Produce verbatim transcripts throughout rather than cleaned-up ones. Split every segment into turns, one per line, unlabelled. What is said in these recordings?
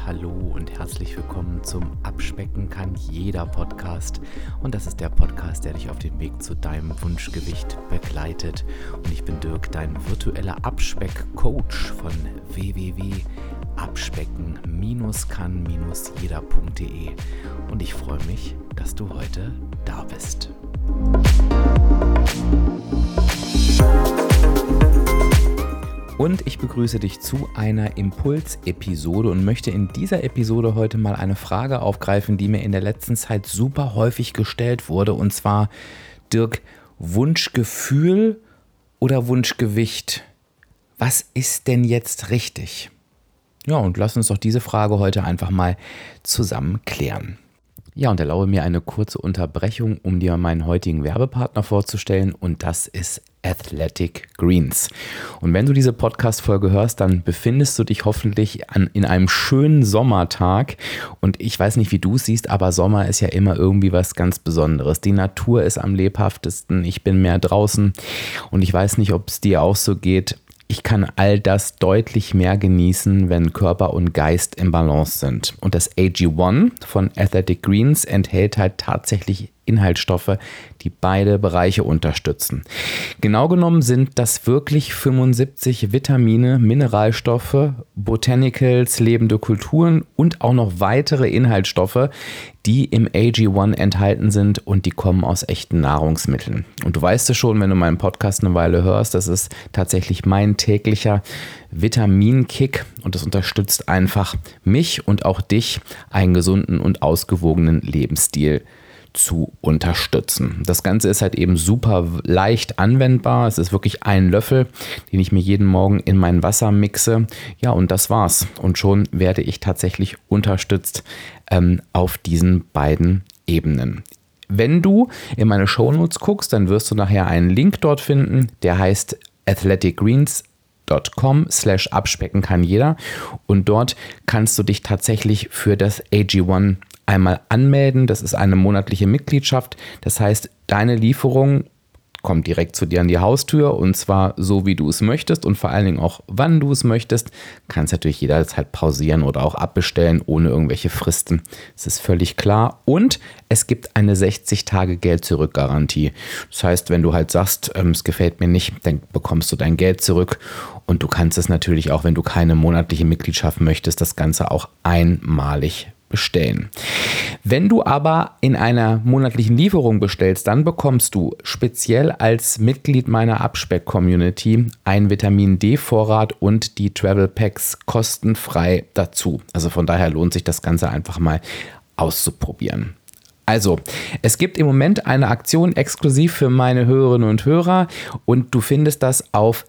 hallo und herzlich willkommen zum Abspecken kann jeder Podcast. Und das ist der Podcast, der dich auf dem Weg zu deinem Wunschgewicht begleitet. Und ich bin Dirk, dein virtueller Abspeck-Coach von w w w punkt abspecken kann jeder punkt de. Und ich freue mich, dass du heute da bist. Und ich begrüße dich zu einer Impuls-Episode und möchte in dieser Episode heute mal eine Frage aufgreifen, die mir in der letzten Zeit super häufig gestellt wurde. Und zwar, Dirk, Wunschgefühl oder Wunschgewicht? Was ist denn jetzt richtig? Ja, und lass uns doch diese Frage heute einfach mal zusammen klären. Ja, und erlaube mir eine kurze Unterbrechung, um dir meinen heutigen Werbepartner vorzustellen, und das ist Athletic Greens. Und wenn du diese Podcast-Folge hörst, dann befindest du dich hoffentlich an, in einem schönen Sommertag. Und ich weiß nicht, wie du es siehst, aber Sommer ist ja immer irgendwie was ganz Besonderes. Die Natur ist am lebhaftesten, ich bin mehr draußen und ich weiß nicht, ob es dir auch so geht. Ich kann all das deutlich mehr genießen, wenn Körper und Geist im Balance sind. Und das A G eins von Athletic Greens enthält halt tatsächlich Inhaltsstoffe, die beide Bereiche unterstützen. Genau genommen sind das wirklich fünfundsiebzig Vitamine, Mineralstoffe, Botanicals, lebende Kulturen und auch noch weitere Inhaltsstoffe, die im A G eins enthalten sind, und die kommen aus echten Nahrungsmitteln. Und du weißt es schon, wenn du meinen Podcast eine Weile hörst, das ist tatsächlich mein täglicher Vitaminkick, und das unterstützt einfach mich und auch dich, einen gesunden und ausgewogenen Lebensstil zu unterstützen. Das Ganze ist halt eben super leicht anwendbar. Es ist wirklich ein Löffel, den ich mir jeden Morgen in mein Wasser mixe. Ja, und das war's. Und schon werde ich tatsächlich unterstützt ähm, auf diesen beiden Ebenen. Wenn du in meine Shownotes guckst, dann wirst du nachher einen Link dort finden, der heißt athleticgreens.com slash abspecken kann jeder, und dort kannst du dich tatsächlich für das A G eins einmal anmelden. Das ist eine monatliche Mitgliedschaft. Das heißt, deine Lieferung kommt direkt zu dir an die Haustür, und zwar so, wie du es möchtest, und vor allen Dingen auch, wann du es möchtest. Kannst natürlich jederzeit pausieren oder auch abbestellen, ohne irgendwelche Fristen. Das ist völlig klar. Und es gibt eine sechzig Tage Geld-Zurück-Garantie. Das heißt, wenn du halt sagst, ähm, es gefällt mir nicht, dann bekommst du dein Geld zurück. Und du kannst es natürlich auch, wenn du keine monatliche Mitgliedschaft möchtest, das Ganze auch einmalig bestellen. Wenn du aber in einer monatlichen Lieferung bestellst, dann bekommst du speziell als Mitglied meiner Abspeck-Community einen Vitamin-D-Vorrat und die Travel Packs kostenfrei dazu. Also von daher lohnt sich das Ganze einfach mal auszuprobieren. Also, es gibt im Moment eine Aktion exklusiv für meine Hörerinnen und Hörer, und du findest das auf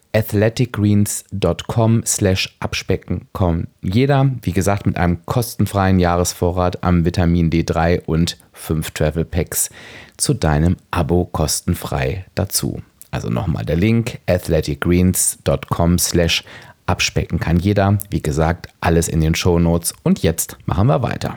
athleticgreens.com slash abspecken kann jeder. Wie gesagt, mit einem kostenfreien Jahresvorrat am Vitamin D drei und fünf Travel Packs zu deinem Abo kostenfrei dazu. Also nochmal der Link, athleticgreens.com slash abspecken kann jeder. Wie gesagt, alles in den Shownotes, und jetzt machen wir weiter.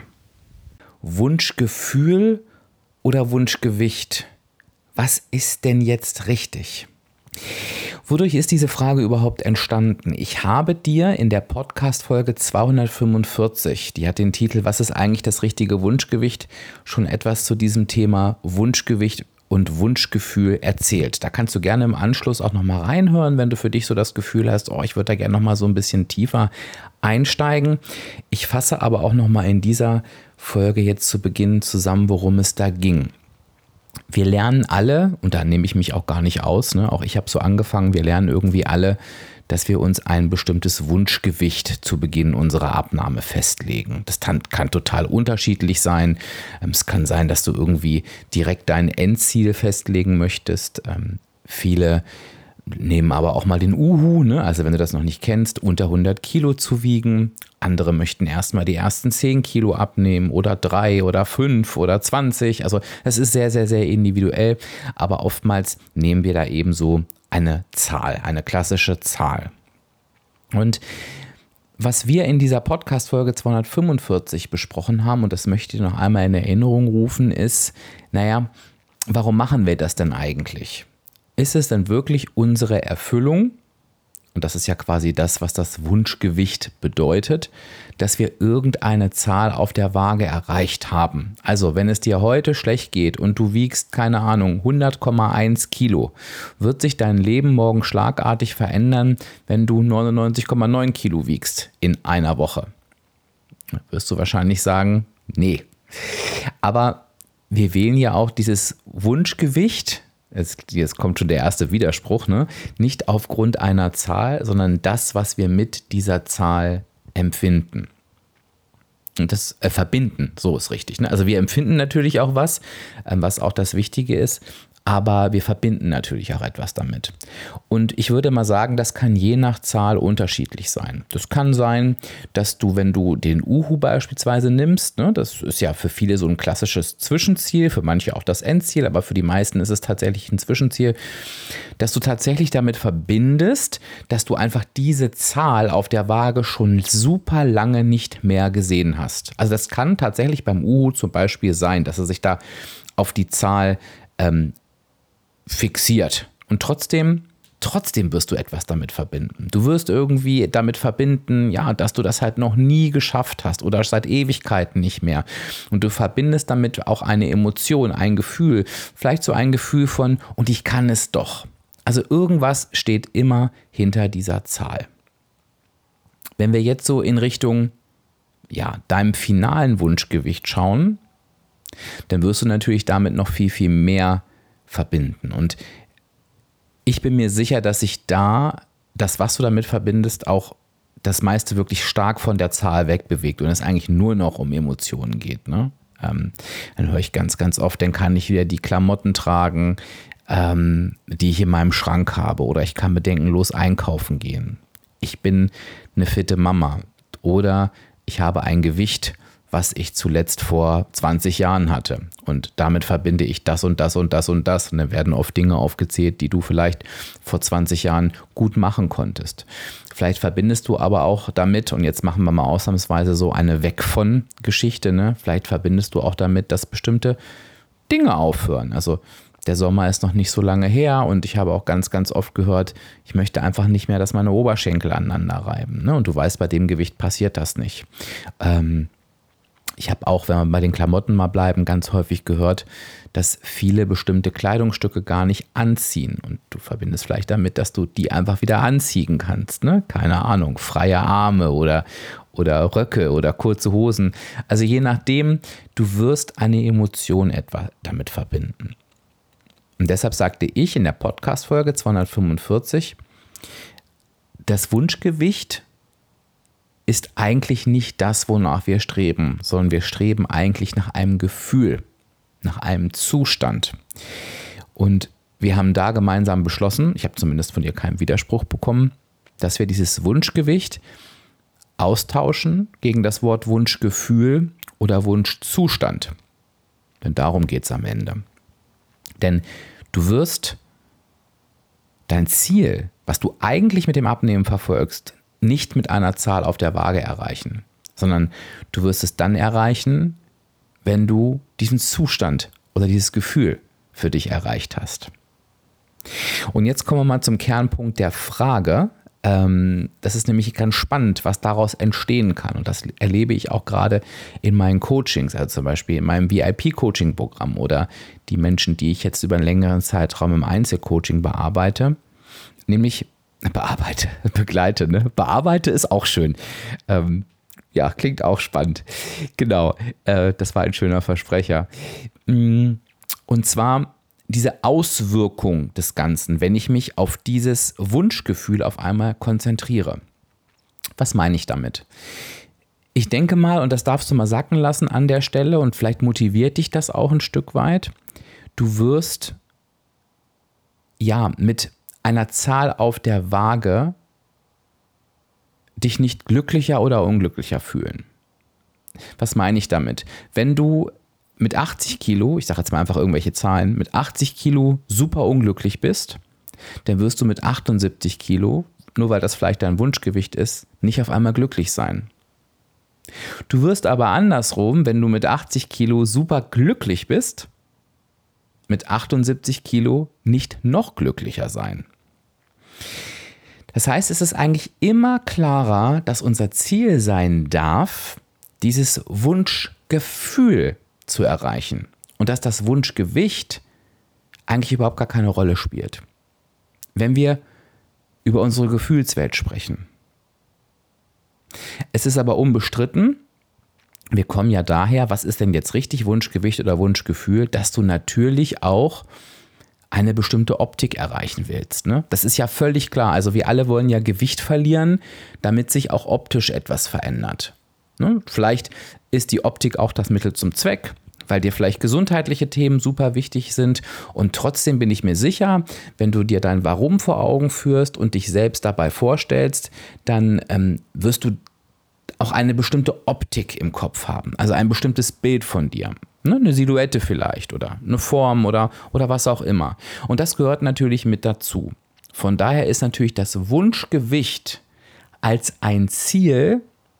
Wunschgefühl oder Wunschgewicht? Was ist denn jetzt richtig? Wodurch ist diese Frage überhaupt entstanden? Ich habe dir in der Podcast-Folge zweihundertfünfundvierzig, die hat den Titel „Was ist eigentlich das richtige Wunschgewicht?", schon etwas zu diesem Thema Wunschgewicht und Wunschgefühl erzählt. Da kannst du gerne im Anschluss auch nochmal reinhören, wenn du für dich so das Gefühl hast, oh, ich würde da gerne nochmal so ein bisschen tiefer einsteigen. Ich fasse aber auch nochmal in dieser Folge jetzt zu Beginn zusammen, worum es da ging. Wir lernen alle, und da nehme ich mich auch gar nicht aus, ne? Auch ich habe so angefangen, wir lernen irgendwie alle, dass wir uns ein bestimmtes Wunschgewicht zu Beginn unserer Abnahme festlegen. Das kann, kann total unterschiedlich sein. Es kann sein, dass du irgendwie direkt dein Endziel festlegen möchtest. Ähm, viele nehmen aber auch mal den Uhu, ne? Also wenn du das noch nicht kennst, unter hundert Kilo zu wiegen. Andere möchten erstmal die ersten zehn Kilo abnehmen oder drei oder fünf oder zwanzig. Also das ist sehr, sehr, sehr individuell. Aber oftmals nehmen wir da eben so eine Zahl, eine klassische Zahl. Und was wir in dieser Podcast-Folge zweihundertfünfundvierzig besprochen haben, und das möchte ich noch einmal in Erinnerung rufen, ist, naja, warum machen wir das denn eigentlich? Ist es denn wirklich unsere Erfüllung und das ist ja quasi das, was das Wunschgewicht bedeutet, dass wir irgendeine Zahl auf der Waage erreicht haben. Also wenn es dir heute schlecht geht und du wiegst, keine Ahnung, hundert Komma eins Kilo, wird sich dein Leben morgen schlagartig verändern, wenn du neunundneunzig Komma neun Kilo wiegst in einer Woche. Da wirst du wahrscheinlich sagen, nee. Aber wir wählen ja auch dieses Wunschgewicht, Jetzt, jetzt kommt schon der erste Widerspruch, ne? Nicht aufgrund einer Zahl, sondern das, was wir mit dieser Zahl empfinden. Und das äh, verbinden, so ist richtig. Ne? Also wir empfinden natürlich auch was, äh, was auch das Wichtige ist, aber wir verbinden natürlich auch etwas damit. Und ich würde mal sagen, das kann je nach Zahl unterschiedlich sein. Das kann sein, dass du, wenn du den Uhu beispielsweise nimmst, ne, das ist ja für viele so ein klassisches Zwischenziel, für manche auch das Endziel, aber für die meisten ist es tatsächlich ein Zwischenziel, dass du tatsächlich damit verbindest, dass du einfach diese Zahl auf der Waage schon super lange nicht mehr gesehen hast. Also das kann tatsächlich beim Uhu zum Beispiel sein, dass er sich da auf die Zahl ähm, fixiert. Und trotzdem, trotzdem wirst du etwas damit verbinden. Du wirst irgendwie damit verbinden, ja, dass du das halt noch nie geschafft hast oder seit Ewigkeiten nicht mehr. Und du verbindest damit auch eine Emotion, ein Gefühl, vielleicht so ein Gefühl von, und ich kann es doch. Also irgendwas steht immer hinter dieser Zahl. Wenn wir jetzt so in Richtung, ja, deinem finalen Wunschgewicht schauen, dann wirst du natürlich damit noch viel, viel mehr verbinden. Und ich bin mir sicher, dass sich da das, was du damit verbindest, auch das meiste wirklich stark von der Zahl wegbewegt und es eigentlich nur noch um Emotionen geht. Ne? Ähm, dann höre ich ganz, ganz oft, dann kann ich wieder die Klamotten tragen, ähm, die ich in meinem Schrank habe, oder ich kann bedenkenlos einkaufen gehen. Ich bin eine fitte Mama oder ich habe ein Gewicht, was ich zuletzt vor zwanzig Jahren hatte. Und damit verbinde ich das und das und das und das. Und dann werden oft Dinge aufgezählt, die du vielleicht vor zwanzig Jahren gut machen konntest. Vielleicht verbindest du aber auch damit, und jetzt machen wir mal ausnahmsweise so eine Weg von Geschichte, ne? Vielleicht verbindest du auch damit, dass bestimmte Dinge aufhören. Also der Sommer ist noch nicht so lange her und ich habe auch ganz, ganz oft gehört, ich möchte einfach nicht mehr, dass meine Oberschenkel aneinander reiben. Ne? Und du weißt, bei dem Gewicht passiert das nicht. Ähm, Ich habe auch, wenn wir bei den Klamotten mal bleiben, ganz häufig gehört, dass viele bestimmte Kleidungsstücke gar nicht anziehen. Und du verbindest vielleicht damit, dass du die einfach wieder anziehen kannst. Ne? Keine Ahnung, freie Arme oder, oder Röcke oder kurze Hosen. Also je nachdem, du wirst eine Emotion etwa damit verbinden. Und deshalb sagte ich in der Podcast-Folge zweihundertfünfundvierzig, das Wunschgewicht ist eigentlich nicht das, wonach wir streben, sondern wir streben eigentlich nach einem Gefühl, nach einem Zustand. Und wir haben da gemeinsam beschlossen, ich habe zumindest von ihr keinen Widerspruch bekommen, dass wir dieses Wunschgewicht austauschen gegen das Wort Wunschgefühl oder Wunschzustand. Denn darum geht es am Ende. Denn du wirst dein Ziel, was du eigentlich mit dem Abnehmen verfolgst, nicht mit einer Zahl auf der Waage erreichen, sondern du wirst es dann erreichen, wenn du diesen Zustand oder dieses Gefühl für dich erreicht hast. Und jetzt kommen wir mal zum Kernpunkt der Frage. Ähm, das ist nämlich ganz spannend, was daraus entstehen kann. Und das erlebe ich auch gerade in meinen Coachings, also zum Beispiel in meinem V I P-Coaching-Programm oder die Menschen, die ich jetzt über einen längeren Zeitraum im Einzelcoaching bearbeite, nämlich Bearbeite, begleite, ne? Bearbeite ist auch schön. Ähm, ja, klingt auch spannend. Genau, äh, das war ein schöner Versprecher. Und zwar diese Auswirkung des Ganzen, wenn ich mich auf dieses Wunschgefühl auf einmal konzentriere. Was meine ich damit? Ich denke mal, und das darfst du mal sacken lassen an der Stelle, und vielleicht motiviert dich das auch ein Stück weit, du wirst ja mit einer Zahl auf der Waage dich nicht glücklicher oder unglücklicher fühlen. Was meine ich damit? Wenn du mit achtzig Kilo, ich sage jetzt mal einfach irgendwelche Zahlen, mit achtzig Kilo super unglücklich bist, dann wirst du mit achtundsiebzig Kilo, nur weil das vielleicht dein Wunschgewicht ist, nicht auf einmal glücklich sein. Du wirst aber andersrum, wenn du mit achtzig Kilo super glücklich bist, mit achtundsiebzig Kilo nicht noch glücklicher sein. Das heißt, es ist eigentlich immer klarer, dass unser Ziel sein darf, dieses Wunschgefühl zu erreichen. Und dass das Wunschgewicht eigentlich überhaupt gar keine Rolle spielt. Wenn wir über unsere Gefühlswelt sprechen. Es ist aber unbestritten, wir kommen ja daher, was ist denn jetzt richtig, Wunschgewicht oder Wunschgefühl, dass du natürlich auch eine bestimmte Optik erreichen willst. Ne? Das ist ja völlig klar. Also wir alle wollen ja Gewicht verlieren, damit sich auch optisch etwas verändert. Ne? Vielleicht ist die Optik auch das Mittel zum Zweck, weil dir vielleicht gesundheitliche Themen super wichtig sind. Und trotzdem bin ich mir sicher, wenn du dir dein Warum vor Augen führst und dich selbst dabei vorstellst, dann ähm, wirst du auch eine bestimmte Optik im Kopf haben. Also ein bestimmtes Bild von dir. Ne? Eine Silhouette vielleicht oder eine Form oder, oder was auch immer. Und das gehört natürlich mit dazu. Von daher ist natürlich das Wunschgewicht als ein Ziel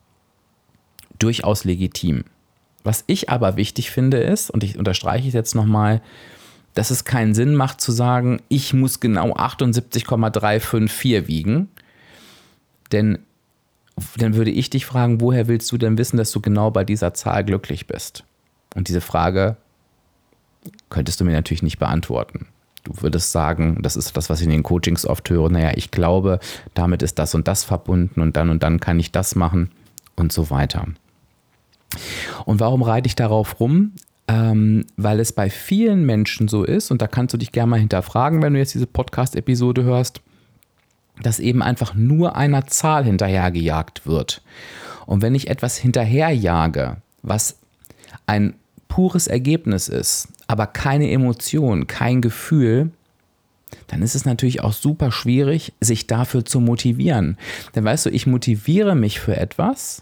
durchaus legitim. Was ich aber wichtig finde ist, und ich unterstreiche es jetzt nochmal, dass es keinen Sinn macht zu sagen, ich muss genau achtundsiebzig Komma drei fünf vier wiegen, denn dann würde ich dich fragen, woher willst du denn wissen, dass du genau bei dieser Zahl glücklich bist? Und diese Frage könntest du mir natürlich nicht beantworten. Du würdest sagen, das ist das, was ich in den Coachings oft höre, naja, ich glaube, damit ist das und das verbunden und dann und dann kann ich das machen und so weiter. Und warum reite ich darauf rum? Ähm, weil es bei vielen Menschen so ist, und da kannst du dich gerne mal hinterfragen, wenn du jetzt diese Podcast-Episode hörst, dass eben einfach nur einer Zahl hinterhergejagt wird. Und wenn ich etwas hinterherjage, was ein pures Ergebnis ist, aber keine Emotion, kein Gefühl, dann ist es natürlich auch super schwierig, sich dafür zu motivieren. Denn weißt du, ich motiviere mich für etwas,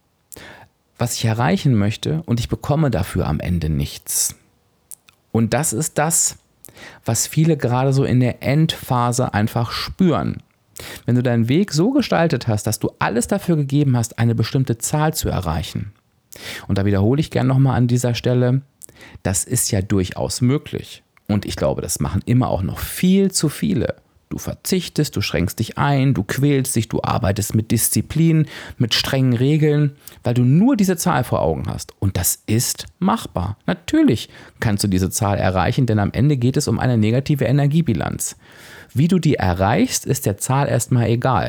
was ich erreichen möchte, und ich bekomme dafür am Ende nichts. Und das ist das, was viele gerade so in der Endphase einfach spüren. Wenn du deinen Weg so gestaltet hast, dass du alles dafür gegeben hast, eine bestimmte Zahl zu erreichen, und da wiederhole ich gerne nochmal an dieser Stelle, das ist ja durchaus möglich. Und ich glaube, das machen immer auch noch viel zu viele. Du verzichtest, du schränkst dich ein, du quälst dich, du arbeitest mit Disziplin, mit strengen Regeln, weil du nur diese Zahl vor Augen hast. Und das ist machbar. Natürlich kannst du diese Zahl erreichen, denn am Ende geht es um eine negative Energiebilanz. Wie du die erreichst, ist der Zahl erstmal egal.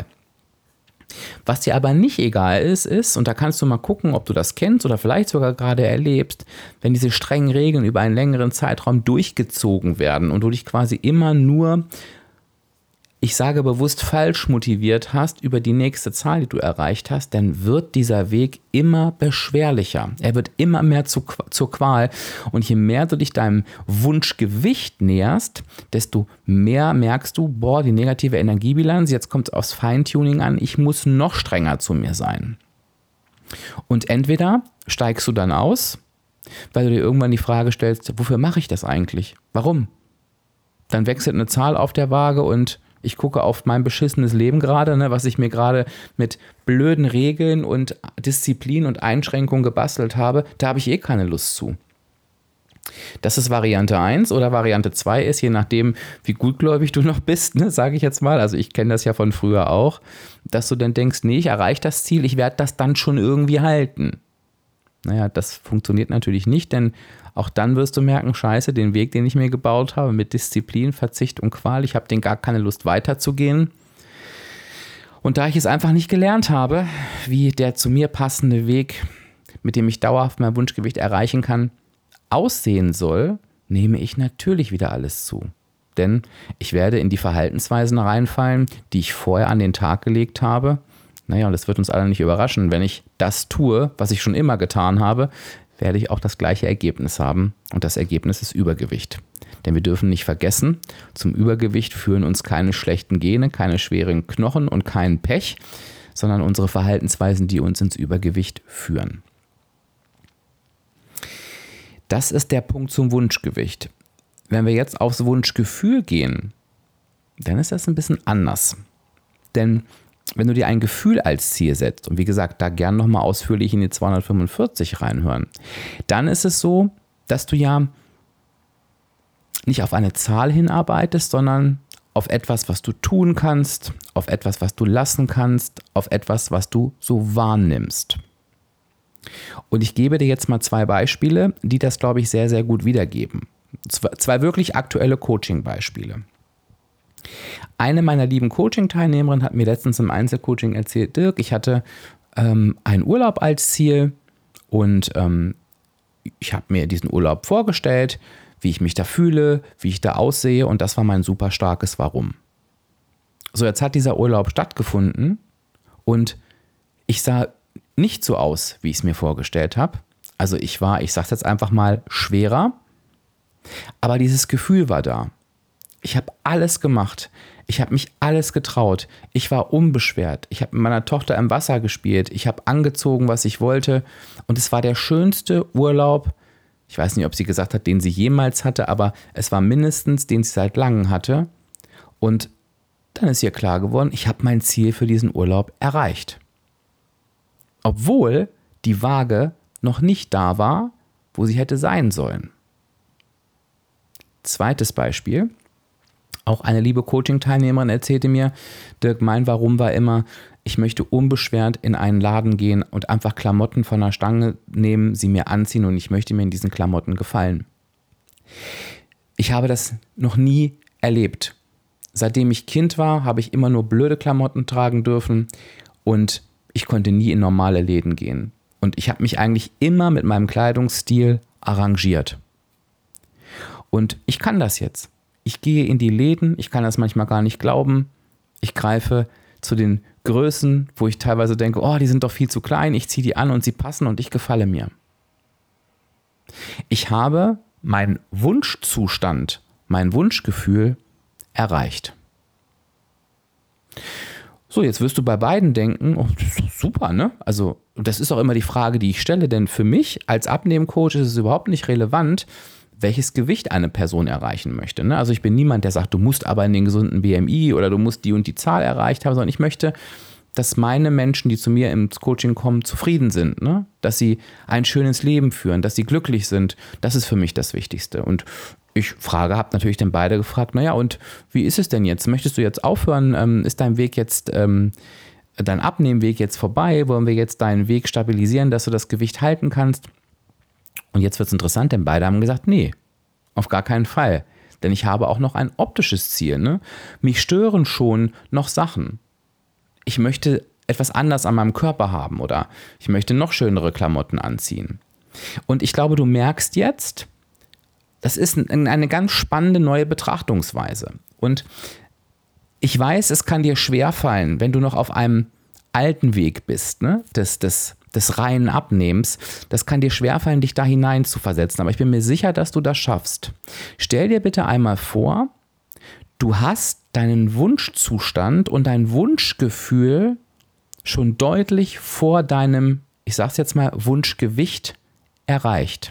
Was dir aber nicht egal ist, ist, und da kannst du mal gucken, ob du das kennst oder vielleicht sogar gerade erlebst, wenn diese strengen Regeln über einen längeren Zeitraum durchgezogen werden und du dich quasi immer nur, ich sage bewusst falsch motiviert hast über die nächste Zahl, die du erreicht hast, dann wird dieser Weg immer beschwerlicher. Er wird immer mehr zu, zur Qual. Und je mehr du dich deinem Wunschgewicht näherst, desto mehr merkst du, boah, die negative Energiebilanz, jetzt kommt es aufs Feintuning an, ich muss noch strenger zu mir sein. Und entweder steigst du dann aus, weil du dir irgendwann die Frage stellst, wofür mache ich das eigentlich? Warum? Dann wechselt eine Zahl auf der Waage und ich gucke auf mein beschissenes Leben gerade, ne, was ich mir gerade mit blöden Regeln und Disziplin und Einschränkungen gebastelt habe. Da habe ich eh keine Lust zu. Das ist Variante eins oder Variante zwei ist, je nachdem, wie gutgläubig du noch bist, ne, sage ich jetzt mal. Also ich kenne das ja von früher auch, dass du dann denkst, nee, ich erreiche das Ziel, ich werde das dann schon irgendwie halten. Naja, das funktioniert natürlich nicht, denn auch dann wirst du merken, scheiße, den Weg, den ich mir gebaut habe, mit Disziplin, Verzicht und Qual, ich habe den gar keine Lust weiterzugehen. Und da ich es einfach nicht gelernt habe, wie der zu mir passende Weg, mit dem ich dauerhaft mein Wunschgewicht erreichen kann, aussehen soll, nehme ich natürlich wieder alles zu. Denn ich werde in die Verhaltensweisen reinfallen, die ich vorher an den Tag gelegt habe. Naja, und das wird uns alle nicht überraschen. Wenn ich das tue, was ich schon immer getan habe, werde ich auch das gleiche Ergebnis haben. Und das Ergebnis ist Übergewicht. Denn wir dürfen nicht vergessen, zum Übergewicht führen uns keine schlechten Gene, keine schweren Knochen und kein Pech, sondern unsere Verhaltensweisen, die uns ins Übergewicht führen. Das ist der Punkt zum Wunschgewicht. Wenn wir jetzt aufs Wunschgefühl gehen, dann ist das ein bisschen anders. Denn wenn du dir ein Gefühl als Ziel setzt, und wie gesagt, da gern nochmal ausführlich in die zweihundertfünfundvierzig reinhören, dann ist es so, dass du ja nicht auf eine Zahl hinarbeitest, sondern auf etwas, was du tun kannst, auf etwas, was du lassen kannst, auf etwas, was du so wahrnimmst. Und ich gebe dir jetzt mal zwei Beispiele, die das, glaube ich, sehr, sehr gut wiedergeben. Zwei, zwei wirklich aktuelle Coaching-Beispiele. Eine meiner lieben Coaching-Teilnehmerinnen hat mir letztens im Einzelcoaching erzählt, Dirk, ich hatte ähm, einen Urlaub als Ziel und ähm, ich habe mir diesen Urlaub vorgestellt, wie ich mich da fühle, wie ich da aussehe und das war mein super starkes Warum. So, jetzt hat dieser Urlaub stattgefunden und ich sah nicht so aus, wie ich es mir vorgestellt habe. Also ich war, ich sage es jetzt einfach mal, schwerer, aber dieses Gefühl war da. Ich habe alles gemacht. Ich habe mich alles getraut. Ich war unbeschwert. Ich habe mit meiner Tochter im Wasser gespielt. Ich habe angezogen, was ich wollte. Und es war der schönste Urlaub, ich weiß nicht, ob sie gesagt hat, den sie jemals hatte, aber es war mindestens, den sie seit langem hatte. Und dann ist ihr klar geworden, ich habe mein Ziel für diesen Urlaub erreicht. Obwohl die Waage noch nicht da war, wo sie hätte sein sollen. Zweites Beispiel. Auch eine liebe Coaching-Teilnehmerin erzählte mir, Dirk, mein Warum war immer, ich möchte unbeschwert in einen Laden gehen und einfach Klamotten von der Stange nehmen, sie mir anziehen und ich möchte mir in diesen Klamotten gefallen. Ich habe das noch nie erlebt. Seitdem ich Kind war, habe ich immer nur blöde Klamotten tragen dürfen und ich konnte nie in normale Läden gehen. Und ich habe mich eigentlich immer mit meinem Kleidungsstil arrangiert. Und ich kann das jetzt. Ich gehe in die Läden, ich kann das manchmal gar nicht glauben. Ich greife zu den Größen, wo ich teilweise denke, oh, die sind doch viel zu klein. Ich ziehe die an und sie passen und ich gefalle mir. Ich habe meinen Wunschzustand, mein Wunschgefühl erreicht. So, jetzt wirst du bei beiden denken, oh, das ist doch super, ne? Also, das ist auch immer die Frage, die ich stelle, denn für mich als Abnehmcoach ist es überhaupt nicht relevant, welches Gewicht eine Person erreichen möchte. Ne? Also ich bin niemand, der sagt, du musst aber in den gesunden B M I oder du musst die und die Zahl erreicht haben, sondern ich möchte, dass meine Menschen, die zu mir ins Coaching kommen, zufrieden sind, ne? Dass sie ein schönes Leben führen, dass sie glücklich sind. Das ist für mich das Wichtigste. Und ich frage, habe natürlich dann beide gefragt, naja, und wie ist es denn jetzt? Möchtest du jetzt aufhören? Ähm, ist dein Weg jetzt, ähm, dein Abnehmweg jetzt vorbei? Wollen wir jetzt deinen Weg stabilisieren, dass du das Gewicht halten kannst? Und jetzt wird es interessant, denn beide haben gesagt, nee, auf gar keinen Fall. Denn ich habe auch noch ein optisches Ziel. Ne? Mich stören schon noch Sachen. Ich möchte etwas anders an meinem Körper haben oder ich möchte noch schönere Klamotten anziehen. Und ich glaube, du merkst jetzt, das ist eine ganz spannende neue Betrachtungsweise. Und ich weiß, es kann dir schwerfallen, wenn du noch auf einem alten Weg bist, ne? des, des, des reinen Abnehmens. Das kann dir schwerfallen, dich da hinein zu versetzen. Aber ich bin mir sicher, dass du das schaffst. Stell dir bitte einmal vor, du hast deinen Wunschzustand und dein Wunschgefühl schon deutlich vor deinem, ich sag's jetzt mal, Wunschgewicht erreicht.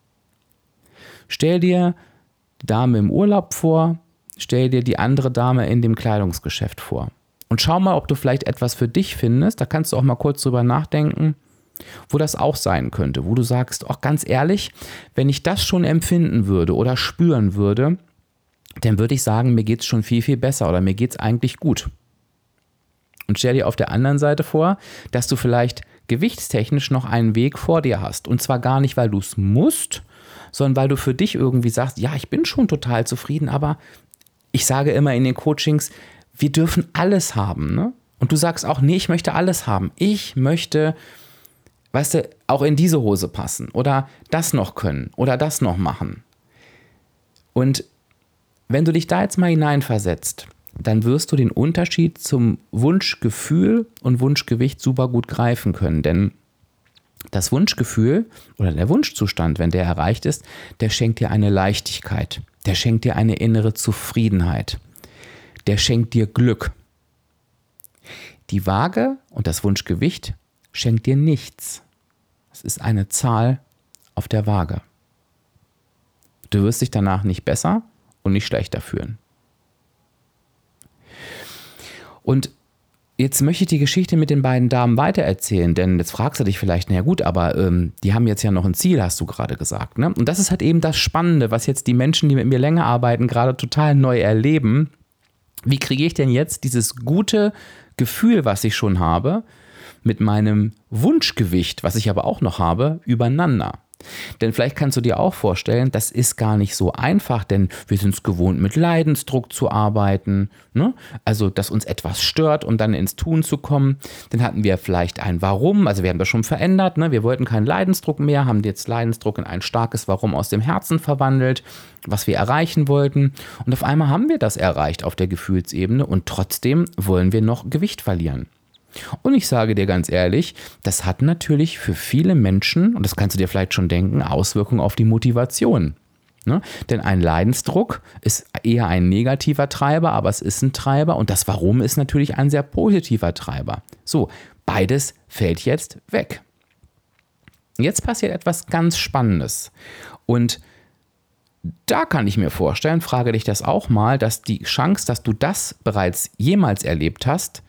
Stell dir die Dame im Urlaub vor, stell dir die andere Dame in dem Kleidungsgeschäft vor. Und schau mal, ob du vielleicht etwas für dich findest, da kannst du auch mal kurz drüber nachdenken, wo das auch sein könnte, wo du sagst, auch ganz ehrlich, wenn ich das schon empfinden würde oder spüren würde, dann würde ich sagen, mir geht es schon viel, viel besser oder mir geht es eigentlich gut. Und stell dir auf der anderen Seite vor, dass du vielleicht gewichtstechnisch noch einen Weg vor dir hast. Und zwar gar nicht, weil du es musst, sondern weil du für dich irgendwie sagst, ja, ich bin schon total zufrieden, aber ich sage immer in den Coachings, wir dürfen alles haben. Ne? Und du sagst auch, nee, ich möchte alles haben. Ich möchte, weißt du, auch in diese Hose passen oder das noch können oder das noch machen. Und wenn du dich da jetzt mal hineinversetzt, dann wirst du den Unterschied zum Wunschgefühl und Wunschgewicht super gut greifen können. Denn das Wunschgefühl oder der Wunschzustand, wenn der erreicht ist, der schenkt dir eine Leichtigkeit. Der schenkt dir eine innere Zufriedenheit. Der schenkt dir Glück. Die Waage und das Wunschgewicht schenkt dir nichts. Es ist eine Zahl auf der Waage. Du wirst dich danach nicht besser und nicht schlechter fühlen. Und jetzt möchte ich die Geschichte mit den beiden Damen weitererzählen, denn jetzt fragst du dich vielleicht, naja gut, aber ähm, die haben jetzt ja noch ein Ziel, hast du gerade gesagt. Ne? Und das ist halt eben das Spannende, was jetzt die Menschen, die mit mir länger arbeiten, gerade total neu erleben. Wie kriege ich denn jetzt dieses gute Gefühl, was ich schon habe, mit meinem Wunschgewicht, was ich aber auch noch habe, übereinander? Denn vielleicht kannst du dir auch vorstellen, das ist gar nicht so einfach, denn wir sind es gewohnt, mit Leidensdruck zu arbeiten, ne? Also, dass uns etwas stört, um dann ins Tun zu kommen. Dann hatten wir vielleicht ein Warum, also wir haben das schon verändert, ne? Wir wollten keinen Leidensdruck mehr, haben jetzt Leidensdruck in ein starkes Warum aus dem Herzen verwandelt, was wir erreichen wollten. Und auf einmal haben wir das erreicht auf der Gefühlsebene und trotzdem wollen wir noch Gewicht verlieren. Und ich sage dir ganz ehrlich, das hat natürlich für viele Menschen, und das kannst du dir vielleicht schon denken, Auswirkungen auf die Motivation. Ne? Denn ein Leidensdruck ist eher ein negativer Treiber, aber es ist ein Treiber und das Warum ist natürlich ein sehr positiver Treiber. So, beides fällt jetzt weg. Jetzt passiert etwas ganz Spannendes und da kann ich mir vorstellen, frage dich das auch mal, dass die Chance, dass du das bereits jemals erlebt hast,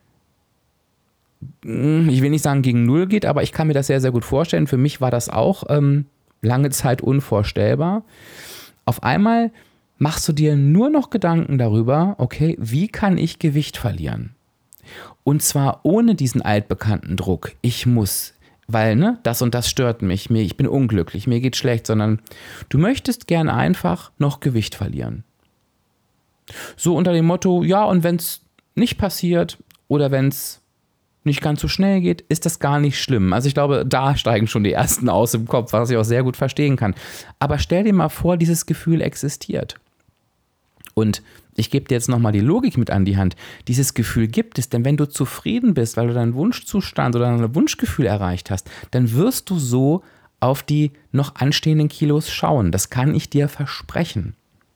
ich will nicht sagen gegen Null geht, aber ich kann mir das sehr, sehr gut vorstellen. Für mich war das auch ähm, lange Zeit unvorstellbar. Auf einmal machst du dir nur noch Gedanken darüber, okay, wie kann ich Gewicht verlieren? Und zwar ohne diesen altbekannten Druck. Ich muss, weil ne, das und das stört mich, mir, ich bin unglücklich, mir geht schlecht, sondern du möchtest gern einfach noch Gewicht verlieren. So unter dem Motto, ja, und wenn es nicht passiert oder wenn es nicht ganz so schnell geht, ist das gar nicht schlimm. Also ich glaube, da steigen schon die ersten aus im Kopf, was ich auch sehr gut verstehen kann. Aber stell dir mal vor, dieses Gefühl existiert. Und ich gebe dir jetzt nochmal die Logik mit an die Hand. Dieses Gefühl gibt es, denn wenn du zufrieden bist, weil du deinen Wunschzustand oder dein Wunschgefühl erreicht hast, dann wirst du so auf die noch anstehenden Kilos schauen. Das kann ich dir versprechen.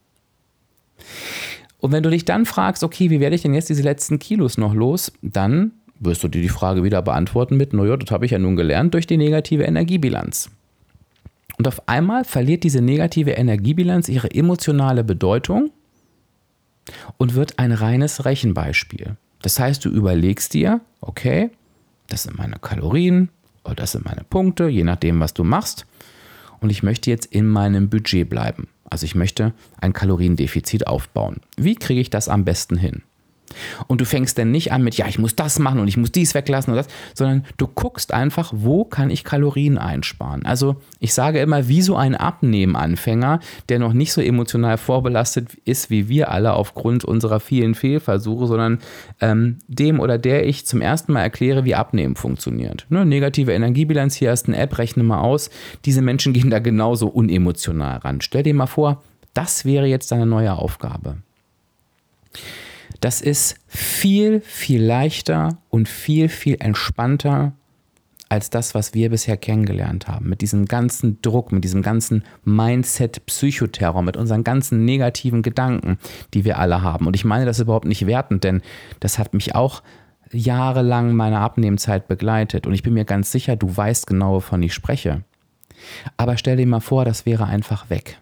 Und wenn du dich dann fragst, okay, wie werde ich denn jetzt diese letzten Kilos noch los, dann wirst du dir die Frage wieder beantworten mit, naja, das habe ich ja nun gelernt, durch die negative Energiebilanz. Und auf einmal verliert diese negative Energiebilanz ihre emotionale Bedeutung und wird ein reines Rechenbeispiel. Das heißt, du überlegst dir, okay, das sind meine Kalorien oder das sind meine Punkte, je nachdem, was du machst. Und ich möchte jetzt in meinem Budget bleiben. Also ich möchte ein Kaloriendefizit aufbauen. Wie kriege ich das am besten hin? Und du fängst dann nicht an mit, ja, ich muss das machen und ich muss dies weglassen oder das, sondern du guckst einfach, wo kann ich Kalorien einsparen. Also ich sage immer, wie so ein Abnehmenanfänger, der noch nicht so emotional vorbelastet ist wie wir alle aufgrund unserer vielen Fehlversuche, sondern ähm, dem oder der ich zum ersten Mal erkläre, wie Abnehmen funktioniert. Ne, negative Energiebilanz, hier hast du eine App, rechne mal aus. Diese Menschen gehen da genauso unemotional ran. Stell dir mal vor, das wäre jetzt deine neue Aufgabe. Das ist viel, viel leichter und viel, viel entspannter als das, was wir bisher kennengelernt haben. Mit diesem ganzen Druck, mit diesem ganzen Mindset-Psychoterror, mit unseren ganzen negativen Gedanken, die wir alle haben. Und ich meine das überhaupt nicht wertend, denn das hat mich auch jahrelang meine Abnehmzeit begleitet. Und ich bin mir ganz sicher, du weißt genau, wovon ich spreche. Aber stell dir mal vor, das wäre einfach weg.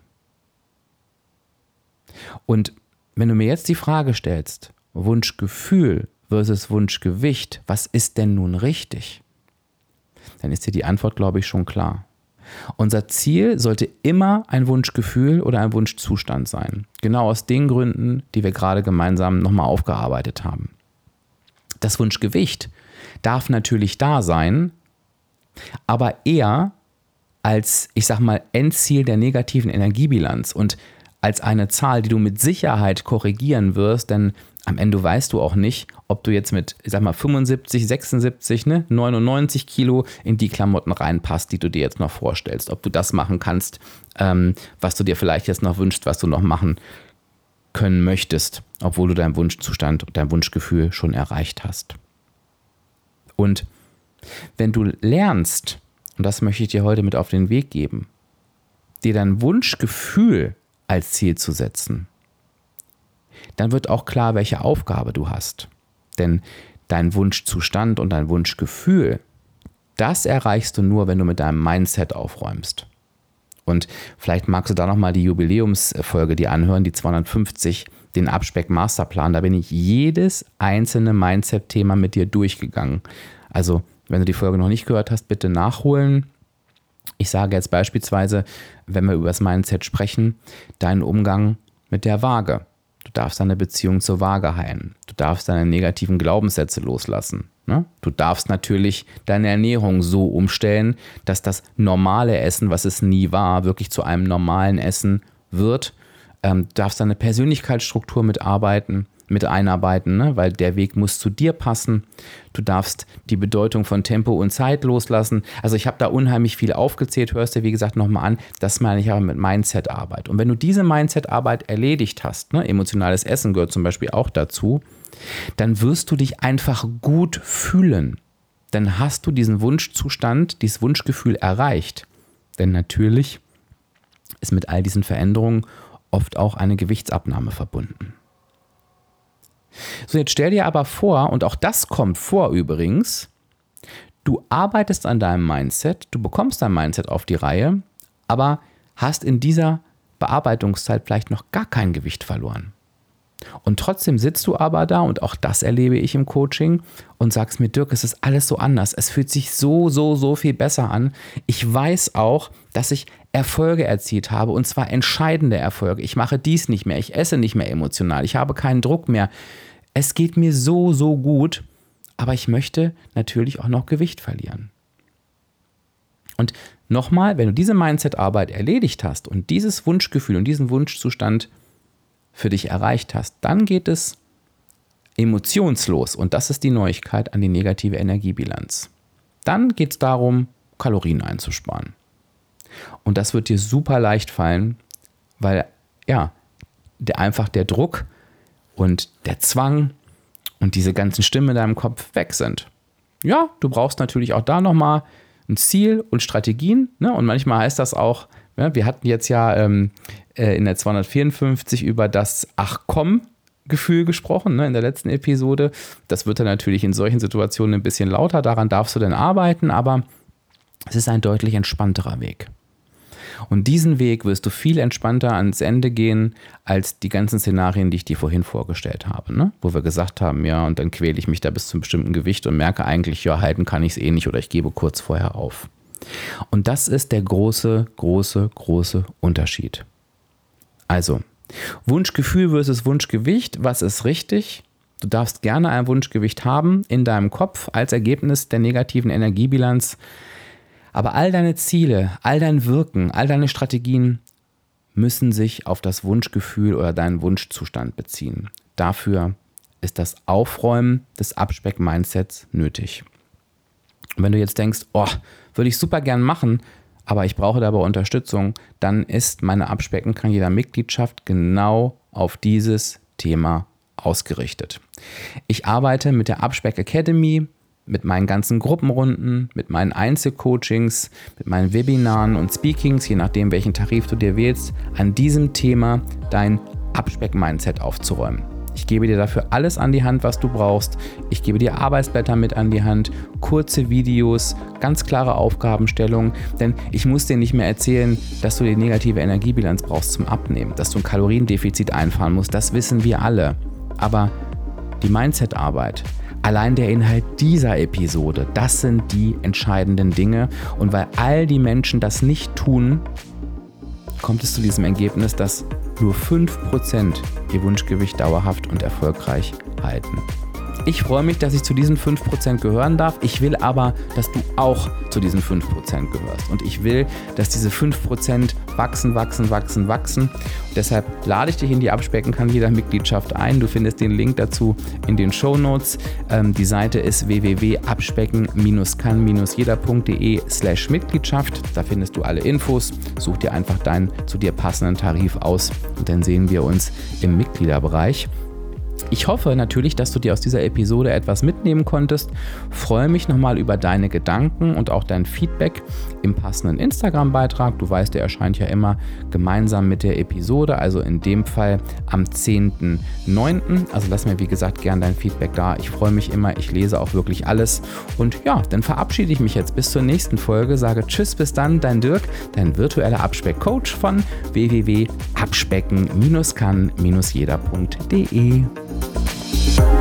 Und wenn du mir jetzt die Frage stellst, Wunschgefühl versus Wunschgewicht, was ist denn nun richtig? Dann ist dir die Antwort, glaube ich, schon klar. Unser Ziel sollte immer ein Wunschgefühl oder ein Wunschzustand sein. Genau aus den Gründen, die wir gerade gemeinsam nochmal aufgearbeitet haben. Das Wunschgewicht darf natürlich da sein, aber eher als, ich sag mal, Endziel der negativen Energiebilanz und als eine Zahl, die du mit Sicherheit korrigieren wirst, denn am Ende weißt du auch nicht, ob du jetzt mit, ich sag mal, fünfundsiebzig, sechsundsiebzig, ne, neunundneunzig Kilo in die Klamotten reinpasst, die du dir jetzt noch vorstellst. Ob du das machen kannst, ähm, was du dir vielleicht jetzt noch wünschst, was du noch machen können möchtest, obwohl du deinen Wunschzustand und dein Wunschgefühl schon erreicht hast. Und wenn du lernst, und das möchte ich dir heute mit auf den Weg geben, dir dein Wunschgefühl als Ziel zu setzen, dann wird auch klar, welche Aufgabe du hast. Denn dein Wunschzustand und dein Wunschgefühl, das erreichst du nur, wenn du mit deinem Mindset aufräumst. Und vielleicht magst du da nochmal die Jubiläumsfolge dir anhören, die zweihundertfünfzig, den Abspeck-Masterplan. Da bin ich jedes einzelne Mindset-Thema mit dir durchgegangen. Also, wenn du die Folge noch nicht gehört hast, bitte nachholen. Ich sage jetzt beispielsweise, wenn wir über das Mindset sprechen, deinen Umgang mit der Waage. Du darfst deine Beziehung zur Waage heilen. Du darfst deine negativen Glaubenssätze loslassen. Ne? Du darfst natürlich deine Ernährung so umstellen, dass das normale Essen, was es nie war, wirklich zu einem normalen Essen wird. Ähm, du darfst deine Persönlichkeitsstruktur mitarbeiten, mit einarbeiten, ne? Weil der Weg muss zu dir passen. Du darfst die Bedeutung von Tempo und Zeit loslassen. Also ich habe da unheimlich viel aufgezählt, hörst dir wie gesagt nochmal an. Das meine ich aber mit Mindset-Arbeit. Und wenn du diese Mindset-Arbeit erledigt hast, ne? Emotionales Essen gehört zum Beispiel auch dazu, dann wirst du dich einfach gut fühlen. Dann hast du diesen Wunschzustand, dieses Wunschgefühl erreicht. Denn natürlich ist mit all diesen Veränderungen oft auch eine Gewichtsabnahme verbunden. So, jetzt stell dir aber vor, und auch das kommt vor übrigens, du arbeitest an deinem Mindset, du bekommst dein Mindset auf die Reihe, aber hast in dieser Bearbeitungszeit vielleicht noch gar kein Gewicht verloren. Und trotzdem sitzt du aber da, und auch das erlebe ich im Coaching, und sagst mir, Dirk, es ist alles so anders. Es fühlt sich so, so, so viel besser an. Ich weiß auch, dass ich Erfolge erzielt habe, und zwar entscheidende Erfolge. Ich mache dies nicht mehr, ich esse nicht mehr emotional, ich habe keinen Druck mehr. Es geht mir so, so gut, aber ich möchte natürlich auch noch Gewicht verlieren. Und nochmal, wenn du diese Mindset-Arbeit erledigt hast und dieses Wunschgefühl und diesen Wunschzustand für dich erreicht hast, dann geht es emotionslos, und das ist die Neuigkeit, an die negative Energiebilanz. Dann geht es darum, Kalorien einzusparen. Und das wird dir super leicht fallen, weil ja, der, einfach der Druck und der Zwang und diese ganzen Stimmen in deinem Kopf weg sind. Ja, du brauchst natürlich auch da nochmal ein Ziel und Strategien, ne? Und manchmal heißt das auch, ja, wir hatten jetzt ja ähm, äh, in der zweihundertvierundfünfzig über das Ach-Komm-Gefühl gesprochen, ne, in der letzten Episode. Das wird dann natürlich in solchen Situationen ein bisschen lauter, daran darfst du dann arbeiten, aber es ist ein deutlich entspannterer Weg. Und diesen Weg wirst du viel entspannter ans Ende gehen, als die ganzen Szenarien, die ich dir vorhin vorgestellt habe, ne? Wo wir gesagt haben, ja, und dann quäle ich mich da bis zu einem bestimmten Gewicht und merke eigentlich, ja, halten kann ich es eh nicht, oder ich gebe kurz vorher auf. Und das ist der große, große, große Unterschied. Also, Wunschgefühl versus Wunschgewicht, was ist richtig? Du darfst gerne ein Wunschgewicht haben in deinem Kopf als Ergebnis der negativen Energiebilanz. Aber all deine Ziele, all dein Wirken, all deine Strategien müssen sich auf das Wunschgefühl oder deinen Wunschzustand beziehen. Dafür ist das Aufräumen des Abspeck-Mindsets nötig. Und wenn du jetzt denkst, oh, würde ich super gern machen, aber ich brauche dabei Unterstützung, dann ist meine Abspecken kann jeder Mitgliedschaft genau auf dieses Thema ausgerichtet. Ich arbeite mit der Abspeck Academy, mit meinen ganzen Gruppenrunden, mit meinen Einzelcoachings, mit meinen Webinaren und Speakings, je nachdem, welchen Tarif du dir wählst, an diesem Thema dein Abspeck-Mindset aufzuräumen. Ich gebe dir dafür alles an die Hand, was du brauchst. Ich gebe dir Arbeitsblätter mit an die Hand, kurze Videos, ganz klare Aufgabenstellungen, denn ich muss dir nicht mehr erzählen, dass du die negative Energiebilanz brauchst zum Abnehmen, dass du ein Kaloriendefizit einfahren musst, das wissen wir alle. Aber die Mindset-Arbeit, allein der Inhalt dieser Episode, das sind die entscheidenden Dinge. Und weil all die Menschen das nicht tun, kommt es zu diesem Ergebnis, dass nur fünf Prozent ihr Wunschgewicht dauerhaft und erfolgreich halten. Ich freue mich, dass ich zu diesen fünf Prozent gehören darf. Ich will aber, dass du auch zu diesen fünf Prozent gehörst. Und ich will, dass diese fünf Prozent wachsen, wachsen, wachsen, wachsen. Und deshalb lade ich dich in die Abspecken kann jeder Mitgliedschaft ein. Du findest den Link dazu in den Shownotes. Ähm, die Seite ist w w w punkt abspecken kann jeder punkt de slash Mitgliedschaft. Da findest du alle Infos. Such dir einfach deinen zu dir passenden Tarif aus und dann sehen wir uns im Mitgliederbereich. Ich hoffe natürlich, dass du dir aus dieser Episode etwas mitnehmen konntest. Freue mich nochmal über deine Gedanken und auch dein Feedback im passenden Instagram-Beitrag. Du weißt, der erscheint ja immer gemeinsam mit der Episode, also in dem Fall am zehnten neunten Also lass mir, wie gesagt, gern dein Feedback da. Ich freue mich immer, ich lese auch wirklich alles. Und ja, dann verabschiede ich mich jetzt bis zur nächsten Folge. Sage Tschüss, bis dann, dein Dirk, dein virtueller Abspeck-Coach von w w w punkt abspecken kann jeder punkt de.